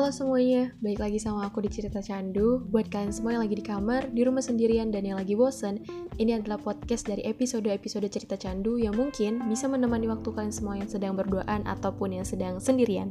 Halo semuanya, balik lagi sama aku di Cerita Candu. Buat kalian semua yang lagi di kamar, di rumah sendirian, dan yang lagi bosen, ini adalah podcast dari episode-episode Cerita Candu yang mungkin bisa menemani waktu kalian semua yang sedang berduaan ataupun yang sedang sendirian.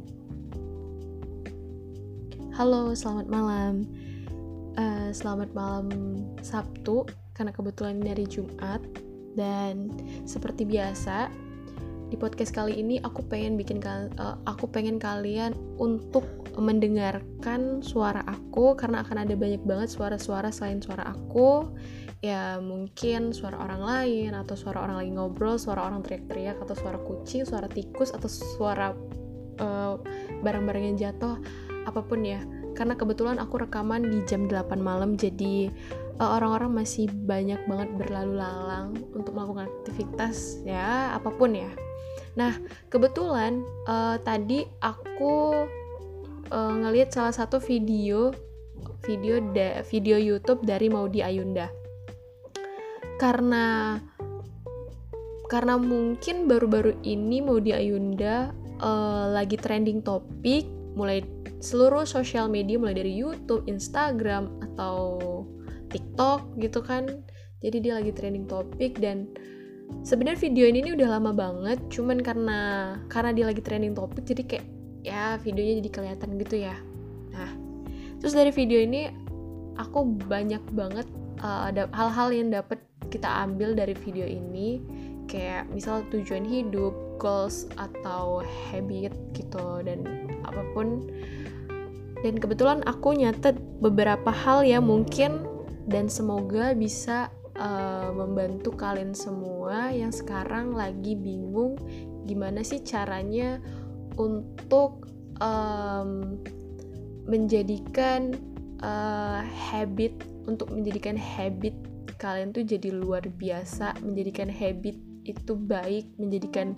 Halo, selamat malam. Selamat malam Sabtu, karena kebetulan ini hari Jumat. Dan seperti biasa, di podcast kali ini aku pengen kalian untuk mendengarkan suara aku, karena akan ada banyak banget suara-suara selain suara aku. Ya mungkin suara orang lain, atau suara orang lagi ngobrol, suara orang teriak-teriak, atau suara kucing, suara tikus, atau suara barang-barang yang jatuh, apapun ya. Karena kebetulan aku rekaman di jam 8 malam, jadi orang-orang masih banyak banget berlalu lalang untuk melakukan aktivitas ya, apapun ya. Nah, kebetulan tadi aku ngelihat salah satu video YouTube dari Maudy Ayunda. Karena mungkin baru-baru ini Maudy Ayunda lagi trending topik, mulai seluruh sosial media, mulai dari YouTube, Instagram, atau TikTok gitu kan. Jadi dia lagi trending topik, dan sebenarnya video ini udah lama banget, cuman karena dia lagi trending topik, jadi kayak ya videonya jadi kelihatan gitu ya. Nah, terus dari video ini aku banyak banget ada hal-hal yang dapat kita ambil dari video ini, kayak misal tujuan hidup, goals atau habit gitu, dan apapun. Dan kebetulan aku nyatet beberapa hal yang mungkin dan semoga bisa membantu kalian semua yang sekarang lagi bingung gimana sih caranya untuk menjadikan habit kalian tuh jadi luar biasa, menjadikan habit itu baik, menjadikan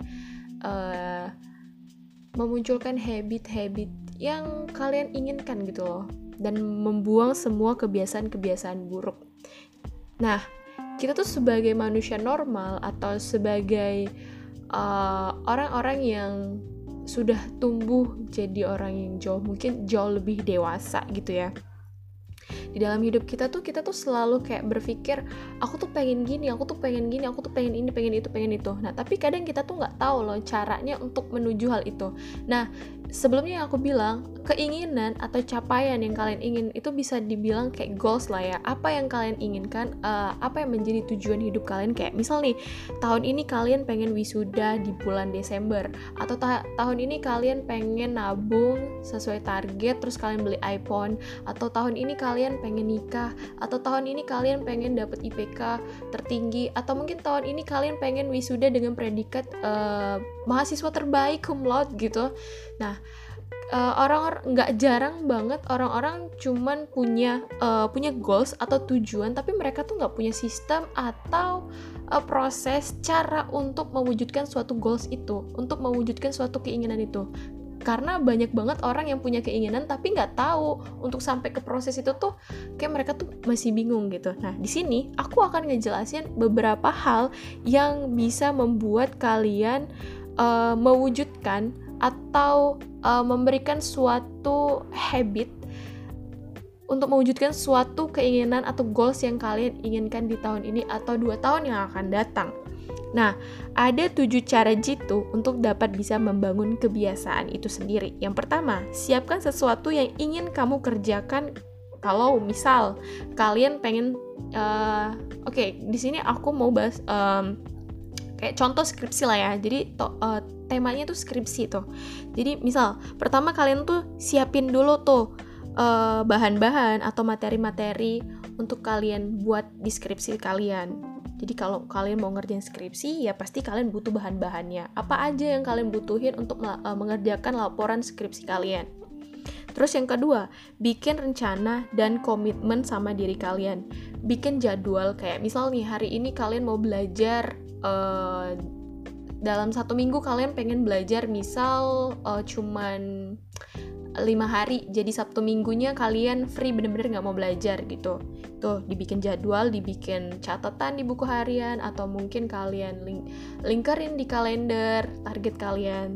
memunculkan habit-habit yang kalian inginkan gitu loh, dan membuang semua kebiasaan-kebiasaan buruk. Nah, kita tuh sebagai manusia normal atau sebagai orang-orang yang sudah tumbuh jadi orang yang mungkin jauh lebih dewasa gitu ya. Di dalam hidup kita tuh selalu kayak berpikir, aku tuh pengen gini, aku tuh pengen ini, pengen itu. Nah, tapi kadang kita tuh nggak tahu loh caranya untuk menuju hal itu. Nah, sebelumnya yang aku bilang, keinginan atau capaian yang kalian ingin itu bisa dibilang kayak goals lah ya. Apa yang kalian inginkan, apa yang menjadi tujuan hidup kalian. Kayak misal nih, tahun ini kalian pengen wisuda di bulan Desember, atau tahun ini kalian pengen nabung sesuai target terus kalian beli iPhone, atau tahun ini kalian pengen nikah, atau tahun ini kalian pengen dapat IPK tertinggi, atau mungkin tahun ini kalian pengen wisuda dengan predikat mahasiswa terbaik cum laude gitu. Nah, orang-orang nggak jarang banget orang-orang cuman punya goals atau tujuan, tapi mereka tuh nggak punya sistem atau proses cara untuk mewujudkan suatu goals itu, untuk mewujudkan suatu keinginan itu. Karena banyak banget orang yang punya keinginan tapi nggak tahu untuk sampai ke proses itu tuh kayak mereka tuh masih bingung gitu. Nah, di sini aku akan ngejelasin beberapa hal yang bisa membuat kalian mewujudkan atau memberikan suatu habit untuk mewujudkan suatu keinginan atau goals yang kalian inginkan di tahun ini atau 2 tahun yang akan datang. Nah, ada 7 cara jitu untuk dapat bisa membangun kebiasaan itu sendiri. Yang pertama, siapkan sesuatu yang ingin kamu kerjakan. Kalau misal kalian pengen, di sini aku mau bahas kayak contoh skripsi lah ya. Jadi temanya tuh skripsi tuh. Jadi misal pertama kalian tuh siapin dulu tuh bahan-bahan atau materi-materi untuk kalian buat di skripsi kalian. Jadi kalau kalian mau ngerjain skripsi, ya pasti kalian butuh bahan-bahannya. Apa aja yang kalian butuhin untuk mengerjakan laporan skripsi kalian. Terus yang kedua, bikin rencana dan komitmen sama diri kalian. Bikin jadwal, kayak misal nih hari ini kalian mau belajar, dalam 1 minggu kalian pengen belajar misal cuman 5 hari, jadi Sabtu Minggunya kalian free, bener-bener gak mau belajar gitu. Tuh, dibikin jadwal, dibikin catatan di buku harian, atau mungkin kalian lingkarin di kalender target kalian.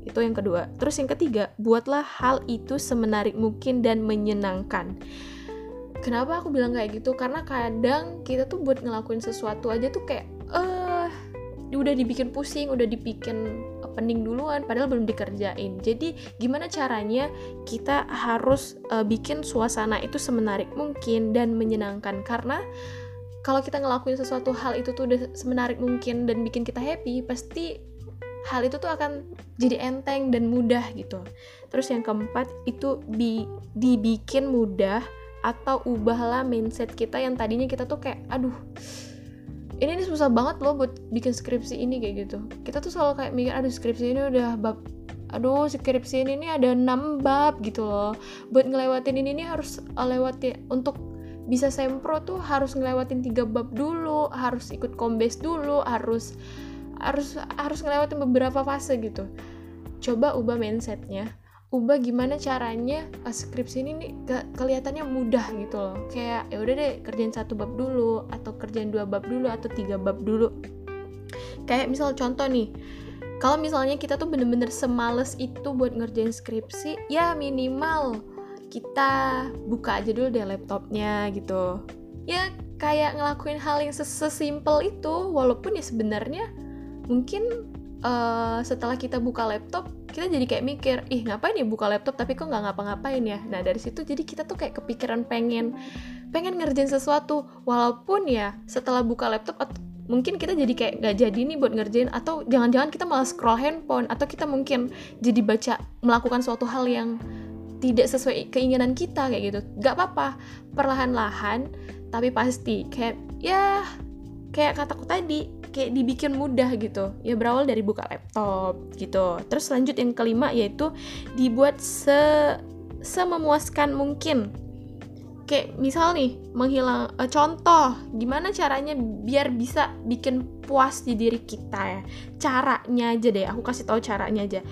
Itu yang kedua. Terus yang ketiga, buatlah hal itu semenarik mungkin dan menyenangkan. Kenapa aku bilang kayak gitu? Karena kadang kita tuh buat ngelakuin sesuatu aja tuh kayak udah dibikin pusing, udah dibikin pening duluan padahal belum dikerjain. Jadi gimana caranya kita harus bikin suasana itu semenarik mungkin dan menyenangkan. Karena kalau kita ngelakuin sesuatu hal itu tuh udah semenarik mungkin dan bikin kita happy, pasti hal itu tuh akan jadi enteng dan mudah gitu. Terus yang keempat itu dibikin mudah, atau ubahlah mindset kita yang tadinya kita tuh kayak aduh ini susah banget loh buat bikin skripsi ini kayak gitu. Kita tuh selalu kayak mikir aduh skripsi ini udah skripsi ini ada 6 bab gitu loh. Buat ngelewatin ini harus lewatin, untuk bisa sempro tuh harus ngelewatin 3 bab dulu, harus ikut kombes dulu, harus ngelewatin beberapa fase gitu. Coba ubah mindsetnya, ubah gimana caranya skripsi ini nih kelihatannya mudah gitu loh. Kayak ya udah deh kerjain 1 bab dulu, atau kerjain 2 bab dulu, atau 3 bab dulu. Kayak misal contoh nih, kalau misalnya kita tuh bener-bener semales itu buat ngerjain skripsi, ya minimal kita buka aja dulu deh laptopnya gitu. Ya kayak ngelakuin hal yang sesimpel itu, walaupun ya sebenarnya mungkin setelah kita buka laptop kita jadi kayak mikir, ngapain ya buka laptop tapi kok nggak ngapa-ngapain ya. Nah dari situ jadi kita tuh kayak kepikiran pengen ngerjain sesuatu, walaupun ya setelah buka laptop mungkin kita jadi kayak nggak jadi nih buat ngerjain, atau jangan-jangan kita malah scroll handphone, atau kita mungkin jadi melakukan suatu hal yang tidak sesuai keinginan kita kayak gitu. Nggak apa-apa, perlahan-lahan tapi pasti. Kayak kataku tadi, kayak dibikin mudah gitu. Ya berawal dari buka laptop gitu. Terus lanjut yang kelima, yaitu dibuat sememuaskan mungkin. Kayak misal nih, contoh gimana caranya biar bisa bikin puas di diri kita ya. Caranya aja deh, aku kasih tahu caranya aja.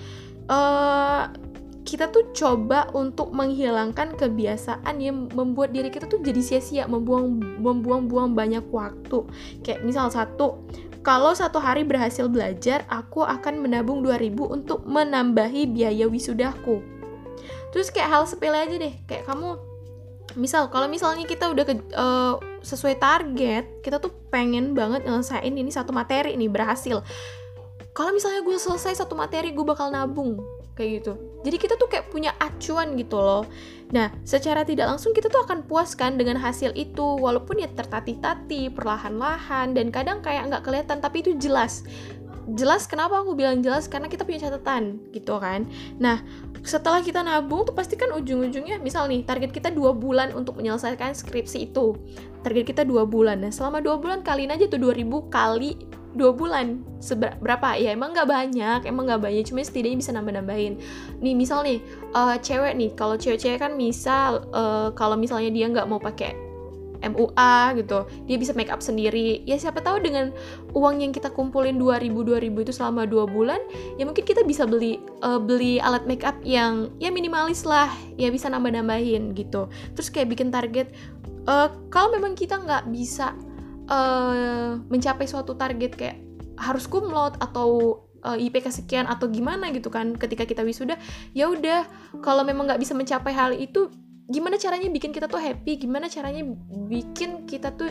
Kita tuh coba untuk menghilangkan kebiasaan yang membuat diri kita tuh jadi sia-sia, membuang-buang banyak waktu. Kayak misal kalau 1 hari berhasil belajar, aku akan menabung 2.000 untuk menambahi biaya wisudaku. Terus kayak hal sepele aja deh, kayak kamu kalau misalnya kita udah sesuai target, kita tuh pengen banget nyelesain ini 1 materi nih, berhasil. Kalau misalnya gue selesai 1 materi, gue bakal nabung kayak gitu. Jadi kita tuh kayak punya acuan gitu loh. Nah, secara tidak langsung kita tuh akan puas kan dengan hasil itu, walaupun ya tertatih-tatih, perlahan-lahan, dan kadang kayak nggak kelihatan, tapi itu jelas. Kenapa aku bilang jelas? Karena kita punya catatan gitu kan. Nah, setelah kita nabung tuh pasti kan ujung-ujungnya, misal nih target kita 2 bulan untuk menyelesaikan skripsi itu. Target kita 2 bulan. Nah, selama 2 bulan kaliin aja tuh 2.000 kali 2 bulan. Berapa? Ya emang gak banyak, cuma setidaknya bisa nambah-nambahin. Nih misal nih, cewek nih, kalau cewek-cewek kan misal, kalau misalnya dia gak mau pakai MUA gitu, dia bisa make up sendiri. Ya siapa tahu dengan uang yang kita kumpulin 2.000 itu selama 2 bulan, ya mungkin kita bisa beli alat make up yang ya minimalis lah, ya bisa nambah-nambahin gitu. Terus kayak bikin target, kalau memang kita nggak bisa mencapai suatu target kayak harus kumlot atau IPK sekian atau gimana gitu kan ketika kita wisuda, ya udah, kalau memang nggak bisa mencapai hal itu, gimana caranya bikin kita tuh happy, gimana caranya bikin kita tuh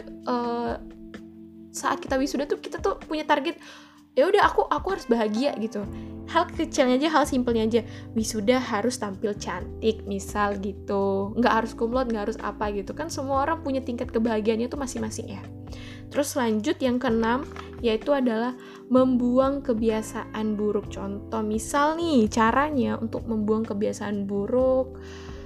saat kita wisuda tuh kita tuh punya target, ya udah aku harus bahagia gitu. Hal kecilnya aja, hal simpelnya aja, wisuda harus tampil cantik misal gitu, nggak harus kumlot, nggak harus apa gitu kan. Semua orang punya tingkat kebahagiaannya tuh masing-masing ya. Terus lanjut yang keenam, yaitu adalah membuang kebiasaan buruk. Contoh misal nih caranya untuk membuang kebiasaan buruk,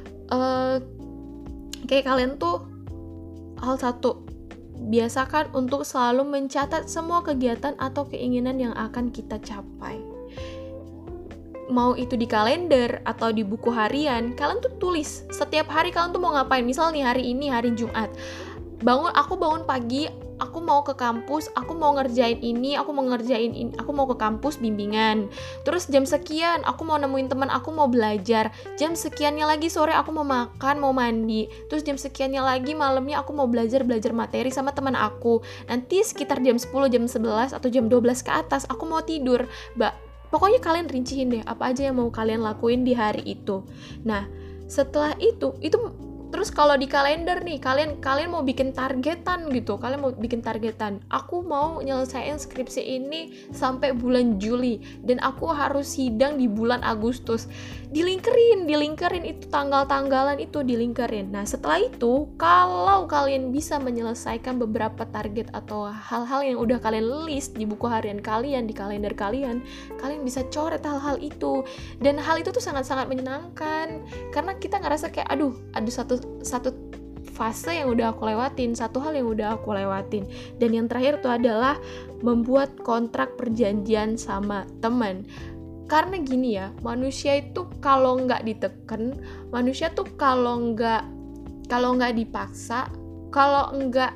kayak kalian tuh hal satu, biasakan untuk selalu mencatat semua kegiatan atau keinginan yang akan kita capai. Mau itu di kalender atau di buku harian, kalian tuh tulis setiap hari kalian tuh mau ngapain. Misal nih hari ini hari Jumat, aku bangun pagi, aku mau ke kampus, aku mau ngerjain ini, aku mau ke kampus bimbingan. Terus jam sekian aku mau nemuin teman, aku mau belajar. Jam sekiannya lagi sore aku mau makan, mau mandi. Terus jam sekiannya lagi malamnya aku mau belajar materi sama teman aku. Nanti sekitar jam 10, jam 11 atau jam 12 ke atas aku mau tidur. Pokoknya kalian rinciin deh apa aja yang mau kalian lakuin di hari itu. Nah, setelah itu terus kalau di kalender nih, kalian mau bikin targetan gitu. Kalian mau bikin targetan. Aku mau nyelesain skripsi ini sampai bulan Juli dan aku harus sidang di bulan Agustus. Dilingkerin itu tanggal-tanggalan itu dilingkerin. Nah, setelah itu kalau kalian bisa menyelesaikan beberapa target atau hal-hal yang udah kalian list di buku harian kalian, di kalender kalian bisa coret hal-hal itu. Dan hal itu tuh sangat-sangat menyenangkan karena kita ngerasa kayak aduh, ada satu fase yang udah aku lewatin, satu hal yang udah aku lewatin. Dan yang terakhir tuh adalah membuat kontrak perjanjian sama teman. Karena gini ya, manusia itu kalau nggak diteken, manusia tuh kalau nggak dipaksa, kalau nggak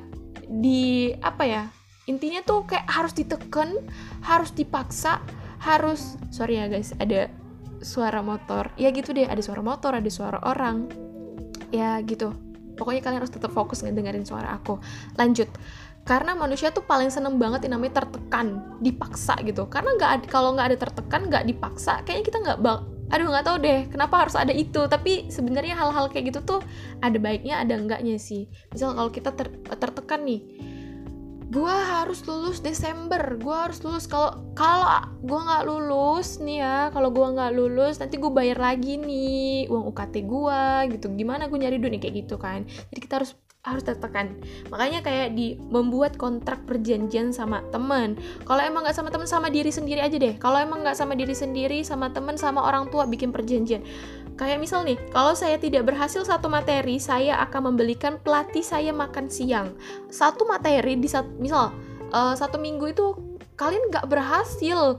intinya tuh kayak harus diteken, harus dipaksa, harus, sorry ya guys, ada suara motor, ya gitu deh, ada suara motor, ada suara orang, ya gitu. Pokoknya kalian harus tetap fokus ngedengerin suara aku. Lanjut. Karena manusia tuh paling seneng banget yang namanya tertekan, dipaksa gitu. Karena kalau nggak ada tertekan, nggak dipaksa, kayaknya kita nggak tahu deh kenapa harus ada itu. Tapi sebenarnya hal-hal kayak gitu tuh ada baiknya, ada enggaknya sih. Misal kalau kita tertekan nih, gue harus lulus Desember, gue harus lulus. Kalau gue nggak lulus nih ya, kalau gue nggak lulus nanti gue bayar lagi nih uang UKT gue gitu. Gimana gue nyari duit kayak gitu kan? Jadi kita harus tertekan. Makanya kayak membuat kontrak perjanjian sama teman. Kalau emang nggak sama teman, sama diri sendiri aja deh. Kalau emang nggak sama diri sendiri, sama teman, sama orang tua, bikin perjanjian. Kayak misal nih, kalau saya tidak berhasil satu materi, saya akan membelikan pelatih saya makan siang. Satu materi misal satu minggu itu kalian nggak berhasil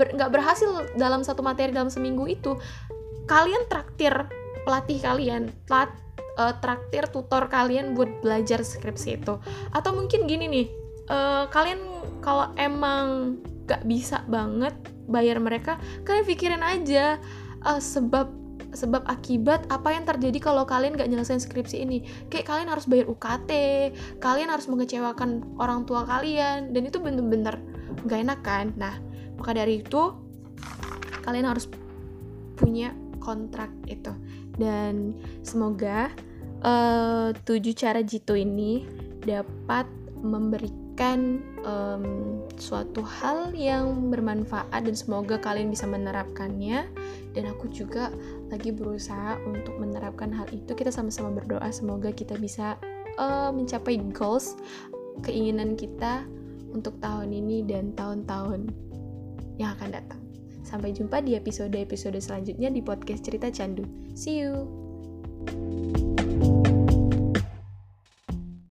dalam satu materi dalam seminggu itu, kalian traktir pelatih kalian, traktir tutor kalian buat belajar skripsi itu. Atau mungkin gini nih, kalian kalau emang gak bisa banget bayar mereka, kalian pikirin aja sebab akibat apa yang terjadi kalau kalian gak nyelesain skripsi ini. Kayak kalian harus bayar UKT, kalian harus mengecewakan orang tua kalian, dan itu bener-bener gak enak kan. Nah, maka dari itu kalian harus punya kontrak itu. Dan semoga 7 cara jitu ini dapat memberikan suatu hal yang bermanfaat, dan semoga kalian bisa menerapkannya. Dan aku juga lagi berusaha untuk menerapkan hal itu. Kita sama-sama berdoa semoga kita bisa mencapai goals, keinginan kita untuk tahun ini dan tahun-tahun yang akan datang. Sampai jumpa di episode selanjutnya di podcast Cerita Candu. See you!